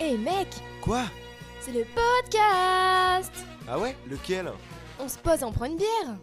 Hé mec, Quoi? c'est le podcast. Ah ouais? Lequel? On se pose et on prend une bière.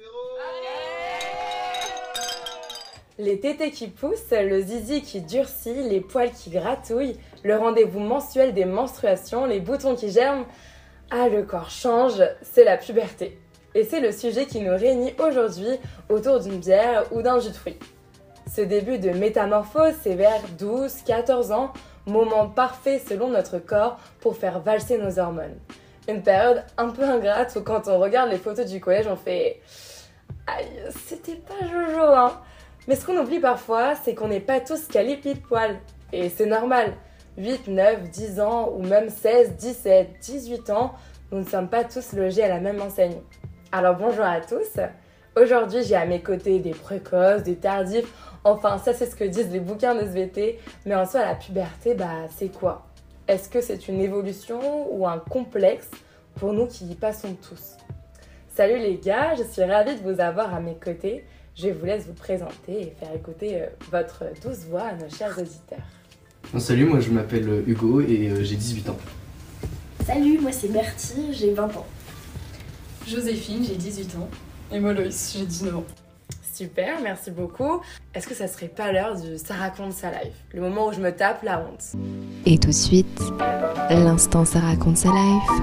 Les tétés qui poussent, le zizi qui durcit, les poils qui gratouillent, le rendez-vous mensuel des menstruations, les boutons qui germent. Ah, le corps change, c'est la puberté. Et c'est le sujet qui nous réunit aujourd'hui autour d'une bière ou d'un jus de fruits. Ce début de métamorphose, c'est vers 12-14 ans, moment parfait selon notre corps pour faire valser nos hormones. Une période un peu ingrate où quand on regarde les photos du collège, on fait « Aïe, c'était pas Jojo, hein !» Mais ce qu'on oublie parfois, c'est qu'on n'est pas tous calés pile poil. Et c'est normal. 8, 9, 10 ans ou même 16, 17, 18 ans, nous ne sommes pas tous logés à la même enseigne. Alors bonjour à tous. Aujourd'hui, j'ai à mes côtés des précoces, des tardifs. Enfin, ça c'est ce que disent les bouquins de SVT. Mais en soi, la puberté, c'est quoi? Est-ce que c'est une évolution ou un complexe pour nous qui y passons tous? Salut les gars, je suis ravie de vous avoir à mes côtés. Je vous laisse vous présenter et faire écouter votre douce voix à nos chers auditeurs. Salut, moi je m'appelle Hugo et j'ai 18 ans. Salut, moi c'est Bertie, j'ai 20 ans. Joséphine, j'ai 18 ans. Et moi Loïs, j'ai 19 ans. Super, merci beaucoup. Est-ce que ça serait pas l'heure du Ça raconte sa life? Le moment où je me tape la honte. Et tout de suite, l'instant ça raconte sa life.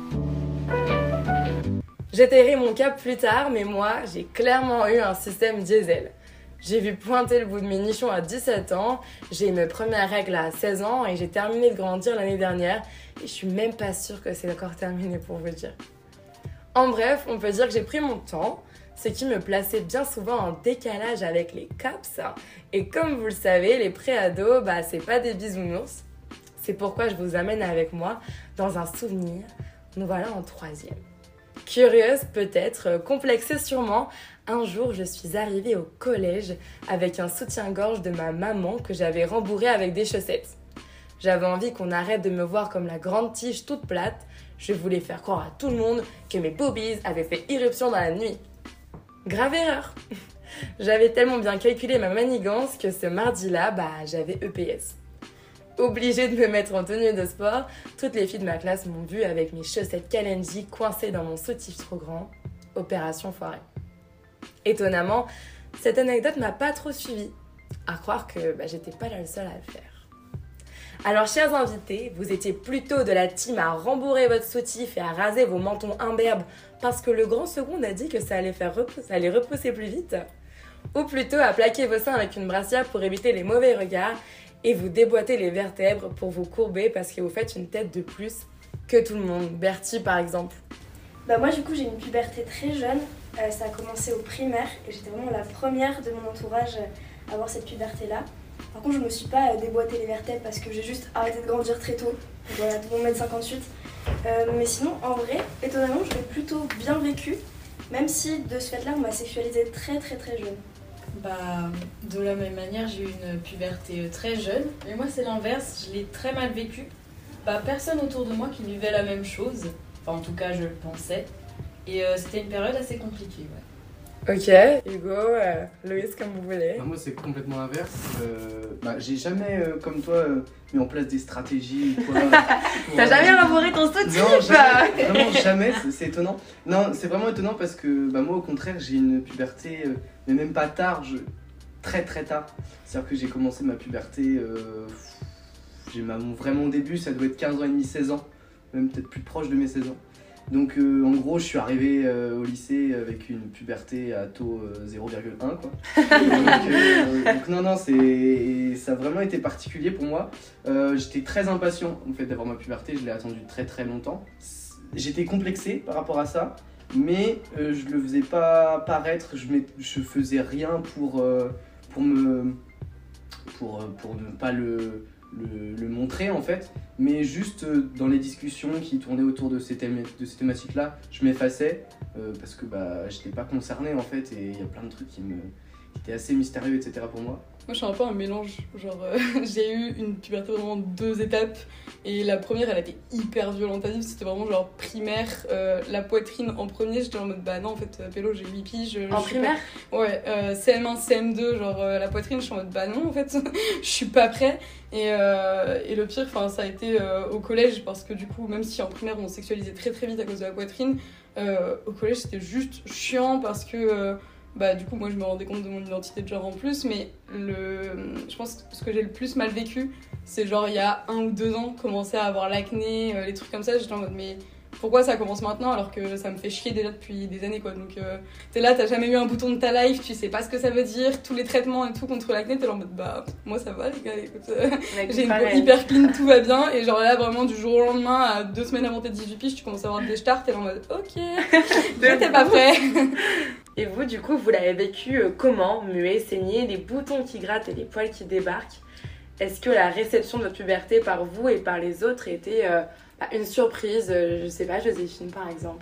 J'étayerai mon cap plus tard, mais moi, j'ai clairement eu un système diesel. J'ai vu pointer le bout de mes nichons à 17 ans, j'ai eu mes premières règles à 16 ans et j'ai terminé de grandir l'année dernière et je suis même pas sûre que c'est encore terminé pour vous dire. En bref, on peut dire que j'ai pris mon temps, ce qui me plaçait bien souvent en décalage avec les caps. Et comme vous le savez, les pré-ados, c'est pas des bisounours. C'est pourquoi je vous amène avec moi dans un souvenir. Nous voilà en 3e. Curieuse peut-être, complexée sûrement, un jour je suis arrivée au collège avec un soutien-gorge de ma maman que j'avais rembourré avec des chaussettes. J'avais envie qu'on arrête de me voir comme la grande tige toute plate. Je voulais faire croire à tout le monde que mes boobies avaient fait irruption dans la nuit. Grave erreur. J'avais tellement bien calculé ma manigance que ce mardi-là, j'avais EPS. Obligée de me mettre en tenue de sport, toutes les filles de ma classe m'ont vue avec mes chaussettes Kalenji coincées dans mon soutif trop grand. Opération foirée. Étonnamment, cette anecdote m'a pas trop suivie. À croire que j'étais pas la seule à le faire. Alors, chers invités, vous étiez plutôt de la team à rembourrer votre soutif et à raser vos mentons imberbes parce que le grand second a dit que ça allait repousser plus vite? Ou plutôt à plaquer vos seins avec une brassière pour éviter les mauvais regards et vous déboîter les vertèbres pour vous courber parce que vous faites une tête de plus que tout le monde. Bertie par exemple. Moi du coup j'ai une puberté très jeune, ça a commencé au primaire et j'étais vraiment la première de mon entourage à avoir cette puberté là. Par contre je me suis pas déboîté les vertèbres parce que j'ai juste arrêté de grandir très tôt, donc voilà, de mon 1m58. Mais sinon en vrai, étonnamment je l'ai plutôt bien vécu, même si de ce fait là on m'a sexualisée très très très jeune. De la même manière, j'ai eu une puberté très jeune. Mais moi, c'est l'inverse. Je l'ai très mal vécu. Personne autour de moi qui vivait la même chose. Enfin, en tout cas, je le pensais. Et c'était une période assez compliquée, ouais. Ok, Hugo, Loïs, comme vous voulez. Moi, c'est complètement l'inverse. J'ai jamais, comme toi, mis en place des stratégies ou quoi. T'as jamais rembourré ton soutif? Non, jamais, vraiment jamais, c'est étonnant. Non, c'est vraiment étonnant parce que moi, au contraire, j'ai une puberté, mais même pas tard, très très tard. C'est-à-dire que j'ai commencé ma puberté, j'ai mon vraiment début, ça doit être 15 ans et demi, 16 ans, même peut-être plus proche de mes 16 ans. Donc en gros je suis arrivé au lycée avec une puberté à taux 0,1 quoi. donc non ça a vraiment été particulier pour moi. J'étais très impatient en fait d'avoir ma puberté, je l'ai attendu très très longtemps. J'étais complexé par rapport à ça, mais je le faisais pas paraître, je faisais rien pour ne pas le montrer en fait, mais juste dans les discussions qui tournaient autour de ces thématiques là je m'effaçais parce que j'étais pas concerné en fait, et il y a plein de trucs qui était assez mystérieux, etc. pour moi. Moi, je suis un peu un mélange. Genre, j'ai eu une puberté vraiment en 2 étapes. Et la première, elle a été hyper violente à vivre. C'était vraiment genre primaire, la poitrine en premier. J'étais en mode, bah non, en fait, pélo, j'ai 8 piges. En primaire? Ouais, CM1, CM2, genre la poitrine, je suis en mode, bah non, en fait, je suis pas prêt. Et le pire, ça a été au collège, parce que du coup, même si en primaire, on sexualisait très très vite à cause de la poitrine, au collège, c'était juste chiant parce que. Du coup, moi, je me rendais compte de mon identité de genre en plus, mais je pense que ce que j'ai le plus mal vécu, c'est genre il y a 1 ou 2 ans, commencer à avoir l'acné, les trucs comme ça. J'étais en mode, mais pourquoi ça commence maintenant alors que ça me fait chier déjà depuis des années, quoi. Donc, t'es là, t'as jamais eu un bouton de ta life, tu sais pas ce que ça veut dire, tous les traitements et tout contre l'acné, t'es là en mode, moi ça va, les gars, écoute, j'ai une peau hyper clean, tout va bien, et genre là, vraiment, du jour au lendemain, à 2 semaines avant tes 18 piges, tu commences à avoir des stars, t'es là en mode, ok, t'es pas prêt. Et vous, du coup, vous l'avez vécu comment? Muet, saigné, les boutons qui grattent et les poils qui débarquent. Est-ce que la réception de votre puberté par vous et par les autres était une surprise? Je sais pas, Joséphine, par exemple.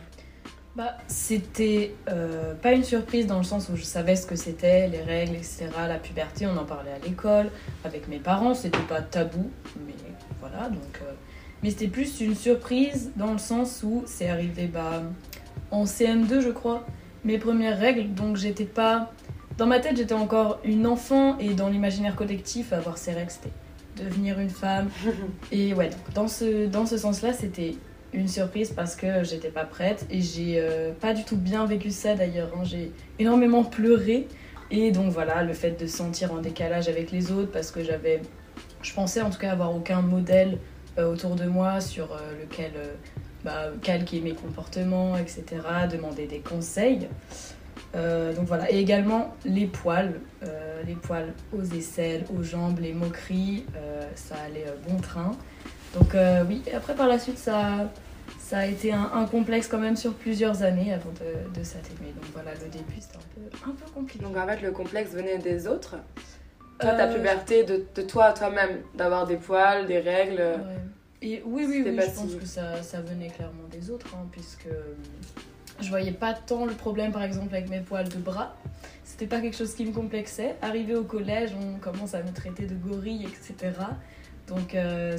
C'était pas une surprise dans le sens où je savais ce que c'était, les règles, etc. La puberté, on en parlait à l'école, avec mes parents, c'était pas tabou, mais voilà, donc... Mais c'était plus une surprise dans le sens où c'est arrivé en CM2, je crois, mes premières règles, donc j'étais pas... Dans ma tête, j'étais encore une enfant, et dans l'imaginaire collectif, avoir ces règles, c'était devenir une femme. Et ouais, donc dans ce sens-là, c'était une surprise parce que j'étais pas prête, et j'ai pas du tout bien vécu ça d'ailleurs, hein. J'ai énormément pleuré, et donc voilà, le fait de se sentir en décalage avec les autres, parce que je pensais en tout cas avoir aucun modèle autour de moi sur lequel... calquer mes comportements, etc., demander des conseils. Donc voilà, et également les poils aux aisselles, aux jambes, les moqueries, ça allait bon train. Donc oui, et après par la suite, ça a été un complexe quand même sur plusieurs années avant de s'atténuer. Donc voilà, le début c'était un peu compliqué. Donc en fait, le complexe venait des autres. Toi, ta puberté, de toi à toi-même, d'avoir des poils, des règles... Ouais. Et oui, je pense que ça venait clairement des autres, hein, puisque je voyais pas tant le problème par exemple avec mes poils de bras. C'était pas quelque chose qui me complexait. Arrivé au collège, on commence à me traiter de gorille, etc. Donc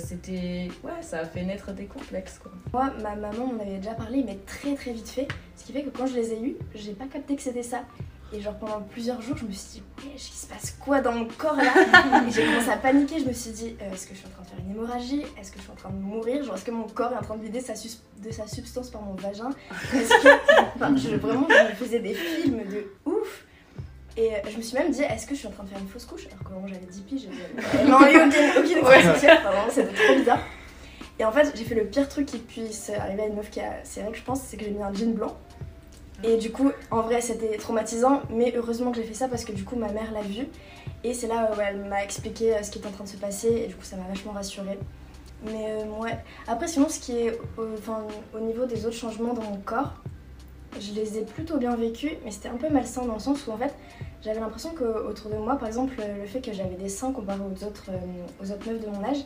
ça a fait naître des complexes, quoi. Moi, ma maman m'en avait déjà parlé, mais très très vite fait. Ce qui fait que quand je les ai eus, j'ai pas capté que c'était ça. Et genre pendant plusieurs jours, je me suis dit, wesh, il se passe quoi dans mon corps là? Et j'ai commencé à paniquer, je me suis dit, est-ce que je suis en train de faire une hémorragie? Est-ce que je suis en train de mourir? Genre, est-ce que mon corps est en train de vider de sa substance par mon vagin? Est-ce que... vraiment, je me faisais des films de ouf. Et je me suis même dit, est-ce que je suis en train de faire une fausse couche? Alors que vraiment j'avais 10 piges, non, il n'y a aucune question, vraiment, c'était trop bizarre. Et en fait, j'ai fait le pire truc qui puisse arriver à une meuf qui a ses règles, je pense, c'est que j'ai mis un jean blanc. Et du coup, en vrai, c'était traumatisant, mais heureusement que j'ai fait ça parce que du coup, ma mère l'a vu. Et c'est là où elle m'a expliqué ce qui était en train de se passer, et du coup, ça m'a vachement rassurée. Mais ouais. Après, sinon, ce qui est au niveau des autres changements dans mon corps, je les ai plutôt bien vécus, mais c'était un peu malsain dans le sens où en fait, j'avais l'impression qu'autour de moi, par exemple, le fait que j'avais des seins comparé aux autres meufs de mon âge,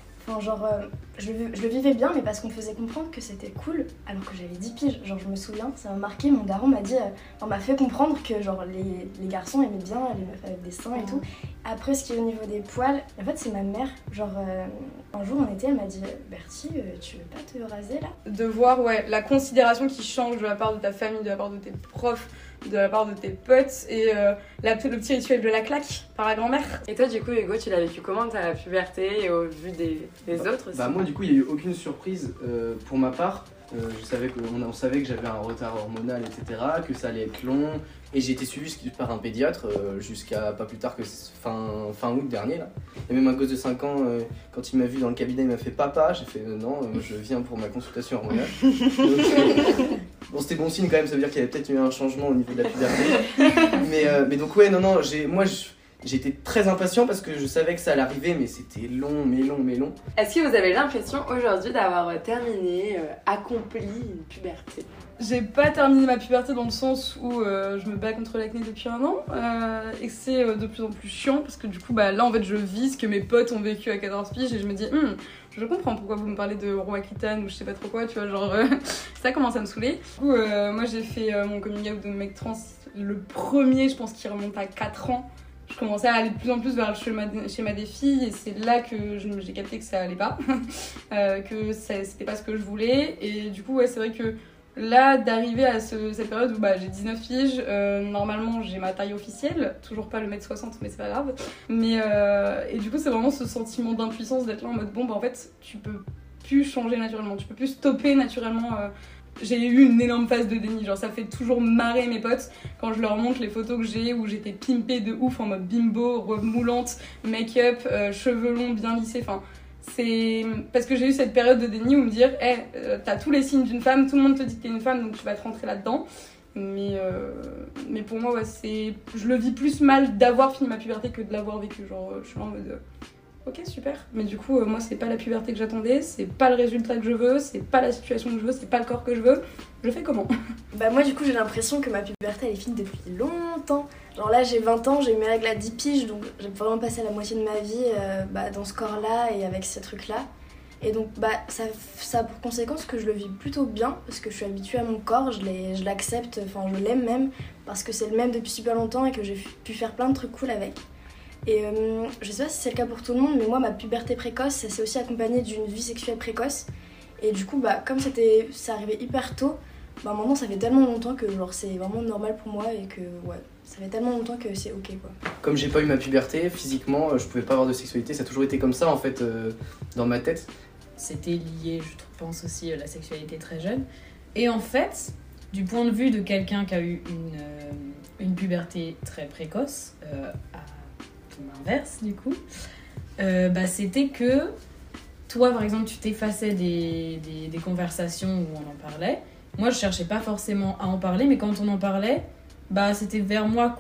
je le vivais bien, mais parce qu'on me faisait comprendre que c'était cool, alors que j'avais 10 piges. Genre, je me souviens, ça m'a marqué, mon daron m'a fait comprendre que genre, les garçons aimaient bien les meufs avec des seins et tout. Après, ce qui est au niveau des poils, en fait, c'est ma mère. Genre, un jour, on était, elle m'a dit, Bertie, tu veux pas te raser là? De voir la considération qui change de la part de ta famille, de la part de tes profs, de la part de tes potes, et le petit rituel de la claque par la grand-mère. Et toi, du coup, Hugo, tu l'as vécu comment ta puberté et au vu des autres aussi? Moi, du coup, il n'y a eu aucune surprise pour ma part. On savait que j'avais un retard hormonal, etc., que ça allait être long, et j'ai été suivi par un pédiatre jusqu'à pas plus tard que fin août dernier là. Et même un gosse de 5 ans, quand il m'a vu dans le cabinet, il m'a fait papa, j'ai fait non, je viens pour ma consultation hormonale. Donc, bon, c'était bon signe quand même, ça veut dire qu'il y avait peut-être eu un changement au niveau de la puberté. mais donc ouais, non, j'étais très impatient parce que je savais que ça allait arriver, mais c'était long. Est-ce que vous avez l'impression aujourd'hui d'avoir terminé, accompli une puberté? J'ai pas terminé ma puberté dans le sens où je me bats contre l'acné depuis 1 an et que c'est de plus en plus chiant parce que du coup là en fait je vis ce que mes potes ont vécu à 14 piges et je me dis je comprends pourquoi vous me parlez de Roi Aquitaine ou je sais pas trop quoi, tu vois, genre ça commence à me saouler. Du coup, moi j'ai fait mon coming out de mec trans, le premier, je pense qu'il remonte à 4 ans. Je commençais à aller de plus en plus vers le schéma des filles et c'est là que j'ai capté que ça allait pas, que c'était pas ce que je voulais. Et du coup, ouais, c'est vrai que là, d'arriver à cette période où j'ai 19 piges, normalement j'ai ma taille officielle, toujours pas le 1m60 mais c'est pas grave. Et du coup, c'est vraiment ce sentiment d'impuissance d'être là en mode bon, en fait, tu peux plus changer naturellement, tu peux plus stopper naturellement. J'ai eu une énorme phase de déni, genre ça fait toujours marrer mes potes quand je leur montre les photos que j'ai où j'étais pimpée de ouf en mode bimbo, robe moulante, make-up, cheveux longs bien lissés, enfin c'est parce que j'ai eu cette période de déni où me dire t'as tous les signes d'une femme, tout le monde te dit que t'es une femme donc tu vas te rentrer là-dedans. Mais pour moi ouais, je le vis plus mal d'avoir fini ma puberté que de l'avoir vécu, genre je suis en mode ok super, mais du coup moi c'est pas la puberté que j'attendais, c'est pas le résultat que je veux, c'est pas la situation que je veux, c'est pas le corps que je veux, je fais comment? Moi du coup j'ai l'impression que ma puberté elle est finie depuis longtemps. Genre là j'ai 20 ans, j'ai eu mes règles à 10 piges, donc j'ai vraiment passé la moitié de ma vie dans ce corps là et avec ces trucs là. Et donc ça a pour conséquence que je le vis plutôt bien parce que je suis habituée à mon corps, je l'accepte, enfin je l'aime même parce que c'est le même depuis super longtemps et que j'ai pu faire plein de trucs cool avec. Et je sais pas si c'est le cas pour tout le monde, mais moi ma puberté précoce ça s'est aussi accompagné d'une vie sexuelle précoce. Et du coup comme ça arrivait hyper tôt, maintenant ça fait tellement longtemps que genre c'est vraiment normal pour moi et que ouais, ça fait tellement longtemps que c'est ok quoi. Comme j'ai pas eu ma puberté, physiquement je pouvais pas avoir de sexualité, ça a toujours été comme ça en fait dans ma tête. C'était lié, je pense aussi, à la sexualité très jeune. Et en fait, du point de vue de quelqu'un qui a eu une puberté très précoce, à l'inverse du coup, c'était que toi par exemple tu t'effaçais des conversations où on en parlait. Moi je cherchais pas forcément à en parler, mais quand on en parlait, c'était vers moi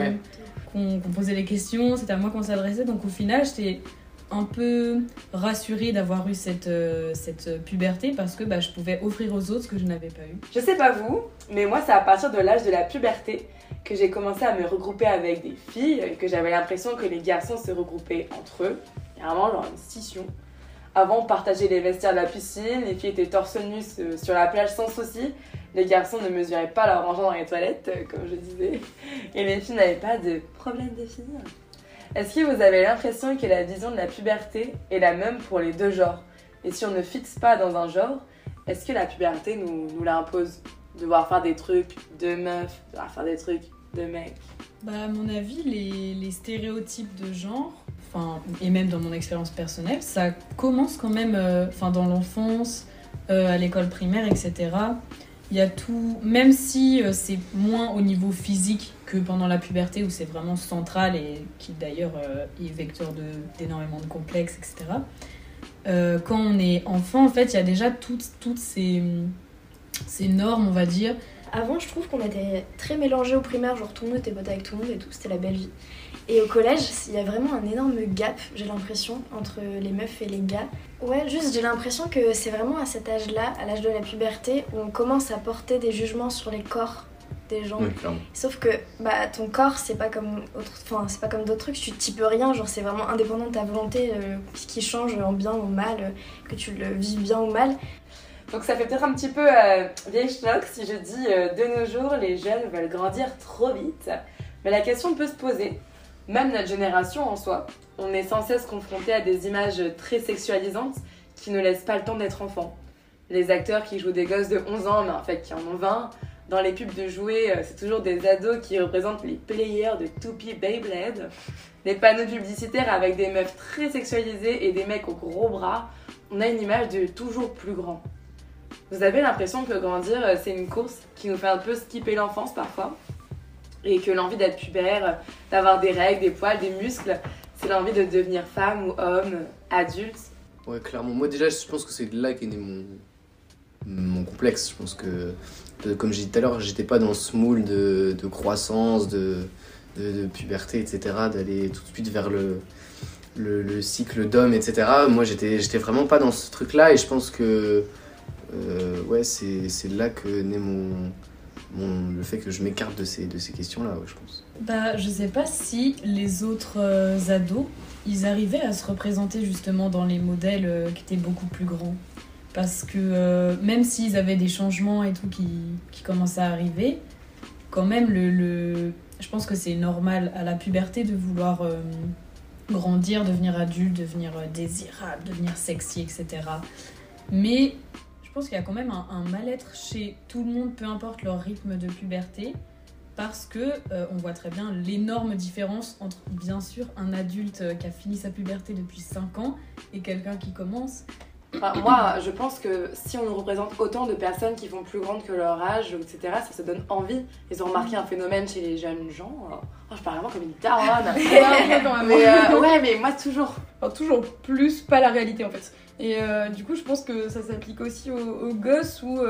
qu'on posait les questions, c'était à moi qu'on s'adressait, donc au final j'étais un peu rassurée d'avoir eu cette puberté parce que je pouvais offrir aux autres ce que je n'avais pas eu. Je sais pas vous, mais moi c'est à partir de l'âge de la puberté que j'ai commencé à me regrouper avec des filles, que j'avais l'impression que les garçons se regroupaient entre eux. Il y a vraiment genre une scission. Avant on partageait les vestiaires de la piscine, les filles étaient torse nu sur la plage sans souci, les garçons ne mesuraient pas leur rangement dans les toilettes, comme je disais, et les filles n'avaient pas de problème de filles. Est-ce que vous avez l'impression que la vision de la puberté est la même pour les deux genres? Et si on ne fixe pas dans un genre, est-ce que la puberté nous l'impose? Devoir faire des trucs de meufs, devoir faire des trucs de mecs? À mon avis, les stéréotypes de genre, et même dans mon expérience personnelle, ça commence quand même dans l'enfance, à l'école primaire, etc. Il y a tout, même si c'est moins au niveau physique que pendant la puberté où c'est vraiment central et qui d'ailleurs est vecteur d'énormément de complexes, etc. Quand on est enfant, en fait, il y a déjà toutes ces normes, on va dire. Avant, je trouve qu'on était très mélangés au primaire, genre tout le monde était pote avec tout le monde et tout, c'était la belle vie. Et au collège, il y a vraiment un énorme gap, j'ai l'impression, entre les meufs et les gars. Ouais, juste j'ai l'impression que c'est vraiment à cet âge-là, à l'âge de la puberté, où on commence à porter des jugements sur les corps des gens. Oui, sauf que ton corps, c'est pas comme d'autres trucs, tu peux rien, genre c'est vraiment indépendant de ta volonté, qui change en bien ou mal, que tu le vis bien ou mal. Donc ça fait peut-être un petit peu vieille schnock si je dis de nos jours les jeunes veulent grandir trop vite. Mais la question peut se poser. Même notre génération en soi, on est sans cesse confronté à des images très sexualisantes qui ne laissent pas le temps d'être enfant. Les acteurs qui jouent des gosses de 11 ans mais en fait qui en ont 20. Dans les pubs de jouets, c'est toujours des ados qui représentent les players de Toupie Beyblade. Les panneaux publicitaires avec des meufs très sexualisées et des mecs aux gros bras. On a une image de toujours plus grand. Vous avez l'impression que grandir, c'est une course qui nous fait un peu skipper l'enfance parfois? Et que l'envie d'être pubère, d'avoir des règles, des poils, des muscles, c'est l'envie de devenir femme ou homme, adulte? Ouais, clairement. Moi déjà, je pense que c'est de là qu'est né mon complexe. Je pense que, comme j'ai dit tout à l'heure, j'étais pas dans ce moule de croissance, de puberté, etc. D'aller tout de suite vers le cycle d'homme, etc. Moi, j'étais vraiment pas dans ce truc-là et je pense que ouais, c'est là que naît le fait que je m'écarte de ces questions-là, ouais, je pense. Bah, je sais pas si les autres ados, ils arrivaient à se représenter justement dans les modèles qui étaient beaucoup plus grands. Parce que même s'ils avaient des changements et tout qui commençaient à arriver, quand même, je pense que c'est normal à la puberté de vouloir grandir, devenir adulte, devenir désirable, devenir sexy, etc. Mais je pense qu'il y a quand même un mal-être chez tout le monde, peu importe leur rythme de puberté, parce que on voit très bien l'énorme différence entre, bien sûr, un adulte qui a fini sa puberté depuis 5 ans et quelqu'un qui commence. Enfin, moi, je pense que si on nous représente autant de personnes qui font plus grandes que leur âge, etc., ça donne envie. Ils ont remarqué un phénomène chez les jeunes gens. Oh, je parle vraiment comme une daronne. Mais moi, toujours. Enfin, toujours plus, pas la réalité en fait. Et du coup, je pense que ça s'applique aussi aux gosses où,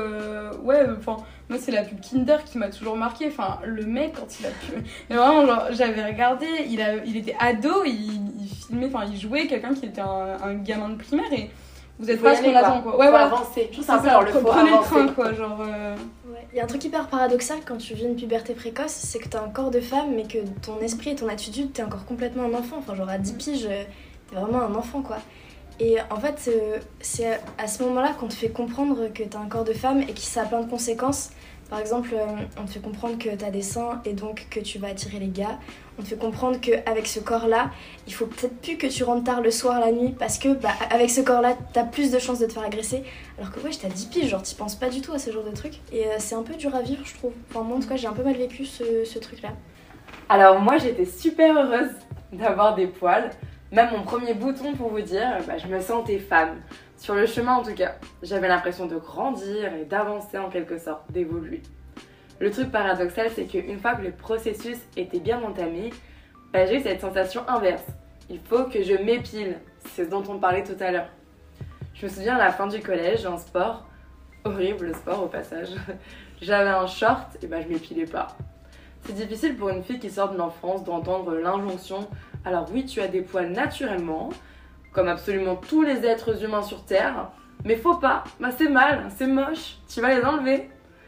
moi c'est la pub Kinder qui m'a toujours marqué. Enfin, le mec, quand il a pu. Mais vraiment, genre, j'avais regardé, il était ado, il filmait, enfin, il jouait quelqu'un qui était un gamin de primaire et. Vous êtes pas ce qu'on attend quoi. Ouais, faut avancer. Je trouve c'est un peu genre le faut prenez avancer. le train quoi, genre. Ouais. Il y a un truc hyper paradoxal quand tu vis une puberté précoce, c'est que t'as un corps de femme, mais que ton esprit et ton attitude, t'es encore complètement un enfant. Enfin, genre à 10 piges, t'es vraiment un enfant quoi. Et en fait, c'est à ce moment-là qu'on te fait comprendre que t'as un corps de femme et que ça a plein de conséquences. Par exemple, on te fait comprendre que t'as des seins et donc que tu vas attirer les gars. On te fait comprendre qu'avec ce corps-là, il faut peut-être plus que tu rentres tard le soir, la nuit, parce que avec ce corps-là, t'as plus de chances de te faire agresser. Alors que ouais, t'as 10 piges, genre t'y penses pas du tout à ce genre de trucs. Et c'est un peu dur à vivre, je trouve. Enfin, moi en tout cas, j'ai un peu mal vécu ce truc-là. Alors moi, j'étais super heureuse d'avoir des poils. Même mon premier bouton, pour vous dire, je me sentais femme. Sur le chemin en tout cas, j'avais l'impression de grandir et d'avancer en quelque sorte, d'évoluer. Le truc paradoxal, c'est qu'une fois que le processus était bien entamé, j'ai eu cette sensation inverse. Il faut que je m'épile, c'est ce dont on parlait tout à l'heure. Je me souviens à la fin du collège, en sport, horrible le sport au passage, j'avais un short et je m'épilais pas. C'est difficile pour une fille qui sort de l'enfance d'entendre l'injonction « alors oui, tu as des poils naturellement », comme absolument tous les êtres humains sur Terre, mais faut pas, c'est mal, c'est moche, tu vas les enlever.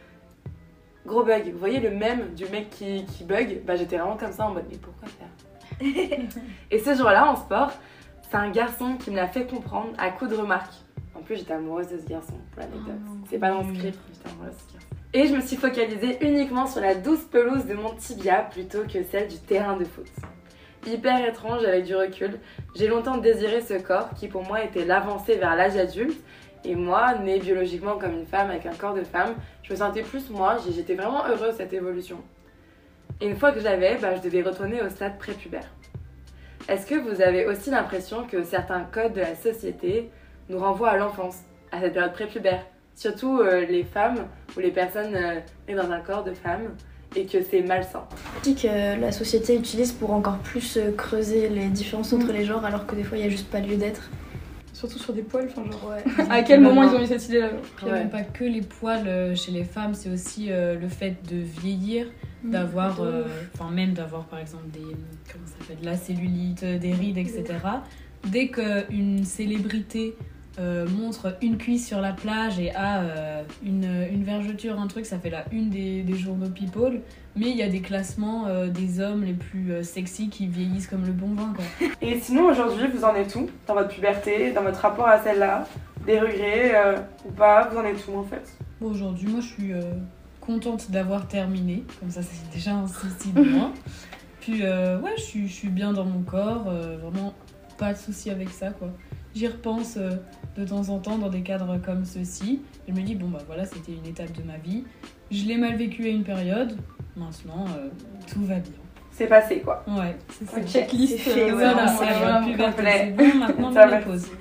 Gros bug, vous voyez le mème du mec qui bug, j'étais vraiment comme ça en mode mais pourquoi faire. Et ce jour-là en sport, c'est un garçon qui me l'a fait comprendre à coups de remarques. En plus j'étais amoureuse de ce garçon, pour l'anecdote. C'est pas dans le script, j'étais amoureuse de ce garçon. Et je me suis focalisée uniquement sur la douce pelouse de mon tibia plutôt que celle du terrain de foot. Hyper étrange avec du recul, j'ai longtemps désiré ce corps qui pour moi était l'avancée vers l'âge adulte. Et moi, née biologiquement comme une femme avec un corps de femme, je me sentais plus moi, j'étais vraiment heureuse de cette évolution. Et une fois que j'avais, je devais retourner au stade prépubère. Est-ce que vous avez aussi l'impression que certains codes de la société nous renvoient à l'enfance, à cette période prépubère, surtout les femmes ou les personnes nées dans un corps de femme, et que c'est malsain? Que la société utilise pour encore plus creuser les différences entre les genres, alors que des fois il n'y a juste pas lieu d'être. Surtout sur des poils, enfin genre ouais. À quel moment ils ont eu cette idée là? Il n'y a même pas que les poils chez les femmes, c'est aussi le fait de vieillir, d'avoir, même d'avoir par exemple de la cellulite, des rides, etc. Dès qu'une célébrité montre une cuisse sur la plage et a une vergeture, un truc, ça fait la une des journaux People. Mais il y a des classements des hommes les plus sexy qui vieillissent comme le bon vin, quoi. Et sinon, aujourd'hui, vous en êtes où dans votre puberté, dans votre rapport à celle-là? Des regrets ou pas? Vous en êtes où en fait? Bon, aujourd'hui, moi, je suis contente d'avoir terminé. Comme ça, c'est déjà un souci de moi. Puis, je suis bien dans mon corps. Vraiment, pas de souci avec ça, quoi. J'y repense de temps en temps dans des cadres comme ceux-ci. Je me dis, voilà, c'était une étape de ma vie. Je l'ai mal vécu à une période. Maintenant, tout va bien. C'est passé, quoi. Ouais, c'est ça. Checklist. Voilà, c'est la puberté, c'est bon, maintenant, Ça on va. les pose.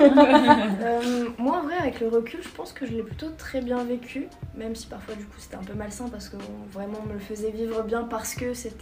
Moi en vrai avec le recul je pense que je l'ai plutôt très bien vécu, même si parfois du coup c'était un peu malsain parce qu'on vraiment me le faisait vivre bien parce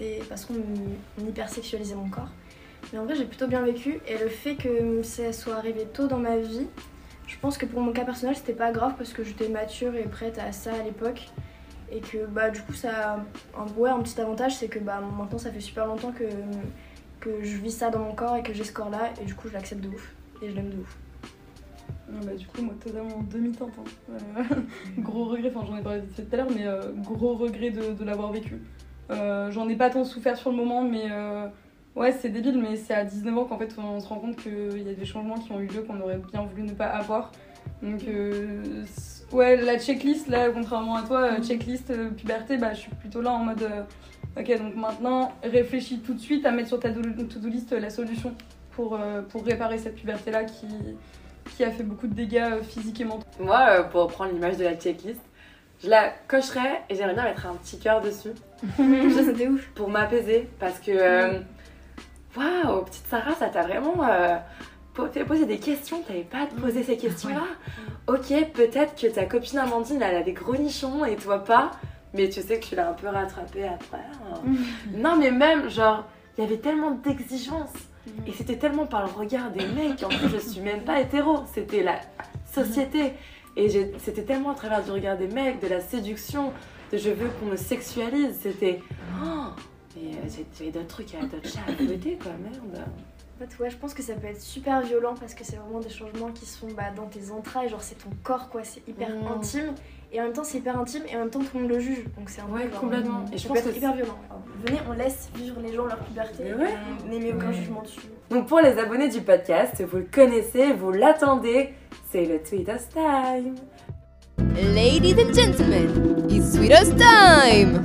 qu'on hypersexualisait mon corps. Mais en vrai j'ai plutôt bien vécu et le fait que ça soit arrivé tôt dans ma vie, je pense que pour mon cas personnel c'était pas grave parce que j'étais mature et prête à ça à l'époque. Et que du coup ça a un petit avantage, c'est que maintenant ça fait super longtemps que je vis ça dans mon corps et que j'ai ce corps là et du coup je l'accepte de ouf et je l'aime de ouf. Bah, du coup, moi, totalement en demi-teinte. Gros regret, enfin, j'en ai parlé vite fait tout à l'heure, mais gros regret de l'avoir vécu. J'en ai pas tant souffert sur le moment, mais ouais, c'est débile, mais c'est à 19 ans qu'en fait, on se rend compte qu'il y a des changements qui ont eu lieu qu'on aurait bien voulu ne pas avoir. Donc, ouais, la checklist, là, contrairement à toi, checklist puberté, bah, je suis plutôt là en mode ok, donc maintenant, réfléchis tout de suite à mettre sur ta to-do list la solution pour réparer cette puberté-là qui a fait beaucoup de dégâts physiques et mentaux. Moi, pour reprendre l'image de la checklist, je la cocherais et j'aimerais bien mettre un petit cœur dessus. Ça, c'était ouf. Pour m'apaiser, parce que waouh, petite Sarah, ça t'a vraiment fait poser des questions, t'avais pas à te poser ces questions-là. Ok, peut-être que ta copine Amandine, elle a des gros nichons et toi pas, mais tu sais que tu l'as un peu rattrapé après. Non, mais même, genre, il y avait tellement d'exigences et c'était tellement par le regard des mecs. En plus, je suis même pas hétéro, c'était la société. Et c'était tellement à travers du regard des mecs, de la séduction, de je veux qu'on me sexualise. C'était. Mais j'avais d'autres trucs, d'autres chats à côté, quoi, merde. En fait, ouais, je pense que ça peut être super violent parce que c'est vraiment des changements qui se font dans tes entrailles, genre c'est ton corps, quoi, c'est hyper intime. Et en même temps, c'est hyper intime et en même temps, tout le monde le juge. Donc c'est un peu. Ouais, complètement. Et je pense que c'est hyper violent. Alors, venez, on laisse vivre les gens leur puberté. On n'émet aucun jugement dessus. Donc pour les abonnés du podcast, vous le connaissez, vous l'attendez, c'est le Tweetos Time. Ladies and gentlemen, it's Tweetos Time!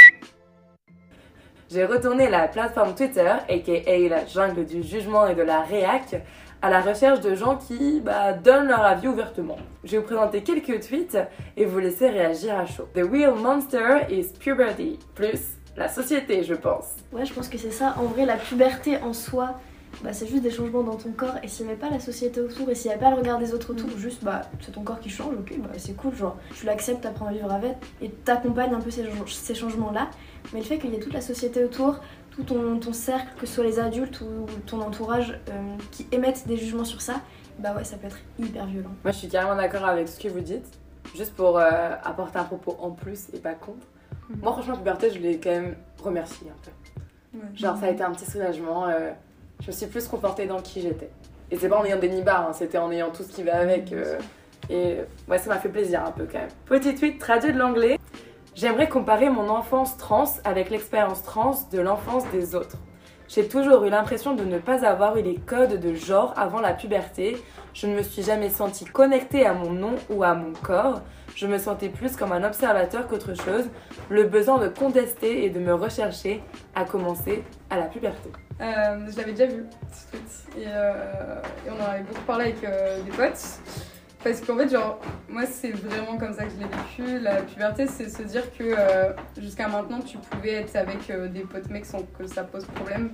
J'ai retourné la plateforme Twitter, aka la jungle du jugement et de la réac, à la recherche de gens qui donnent leur avis ouvertement. Je vais vous présenter quelques tweets et vous laisser réagir à chaud. The real monster is puberty, plus la société, je pense. Ouais, je pense que c'est ça. En vrai, la puberté en soi, c'est juste des changements dans ton corps. Et s'il n'y avait pas la société autour et s'il n'y avait pas le regard des autres autour, juste c'est ton corps qui change, ok, c'est cool, genre tu l'acceptes, t'apprends à vivre avec et t'accompagnes un peu ces changements-là. Mais le fait qu'il y ait toute la société autour, tout ton cercle, que ce soit les adultes ou ton entourage qui émettent des jugements sur ça, ouais, ça peut être hyper violent. Moi je suis carrément d'accord avec ce que vous dites, juste pour apporter un propos en plus et pas contre. Moi franchement la puberté je l'ai quand même remercié un peu. Genre ça a été un petit soulagement, je me suis plus confortée dans qui j'étais. Et c'est pas en ayant des nibards, c'était en ayant tout ce qui va avec. Et ouais ça m'a fait plaisir un peu quand même. Petit tweet traduit de l'anglais. J'aimerais comparer mon enfance trans avec l'expérience trans de l'enfance des autres. J'ai toujours eu l'impression de ne pas avoir eu les codes de genre avant la puberté. Je ne me suis jamais sentie connectée à mon nom ou à mon corps. Je me sentais plus comme un observateur qu'autre chose. Le besoin de contester et de me rechercher a commencé à la puberté. Je l'avais déjà vu, ce tweet. Et on en avait beaucoup parlé avec des potes. Parce qu'en fait, genre, moi, c'est vraiment comme ça que je l'ai vécu. La puberté, c'est se dire que jusqu'à maintenant, tu pouvais être avec des potes mecs sans que ça pose problème.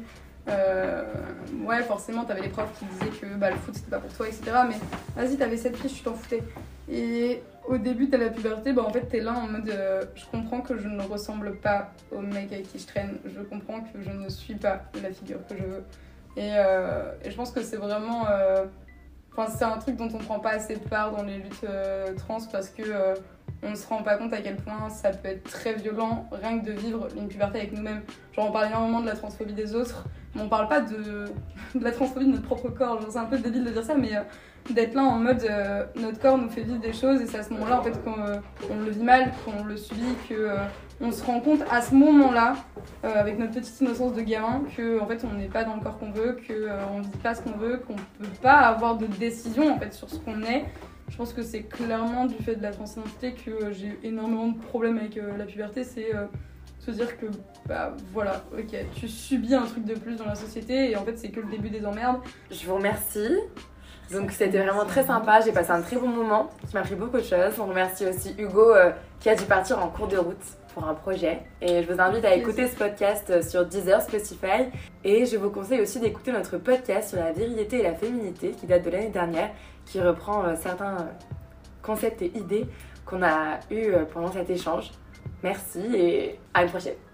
Ouais, forcément, t'avais les profs qui disaient que le foot, c'était pas pour toi, etc. Mais vas-y, t'avais cette fiche, tu t'en foutais. Et au début de la puberté, en fait, t'es là en mode je comprends que je ne ressemble pas au mec avec qui je traîne. Je comprends que je ne suis pas la figure que je veux. Et je pense que c'est vraiment... c'est un truc dont on prend pas assez part dans les luttes trans parce que on ne se rend pas compte à quel point ça peut être très violent rien que de vivre une puberté avec nous-mêmes. Genre on parle énormément de la transphobie des autres, mais on parle pas de la transphobie de notre propre corps. Genre c'est un peu débile de dire ça, mais d'être là en mode notre corps nous fait vivre des choses et c'est à ce moment-là en fait qu'on le vit mal, qu'on le subit, on se rend compte à ce moment-là, avec notre petite innocence de gamin, que en fait on n'est pas dans le corps qu'on veut, qu'on vit pas ce qu'on veut, qu'on peut pas avoir de décision en fait sur ce qu'on est. Je pense que c'est clairement du fait de la transidentité que j'ai eu énormément de problèmes avec la puberté, c'est se dire que voilà, ok, tu subis un truc de plus dans la société et en fait c'est que le début des emmerdes. Je vous remercie. Donc c'était vraiment très sympa, j'ai passé un très bon moment qui m'a appris beaucoup de choses. On remercie aussi Hugo qui a dû partir en cours de route pour un projet. Et je vous invite à écouter ce podcast sur Deezer, Spotify. Et je vous conseille aussi d'écouter notre podcast sur la virilité et la féminité qui date de l'année dernière, qui reprend certains concepts et idées qu'on a eus pendant cet échange. Merci et à une prochaine.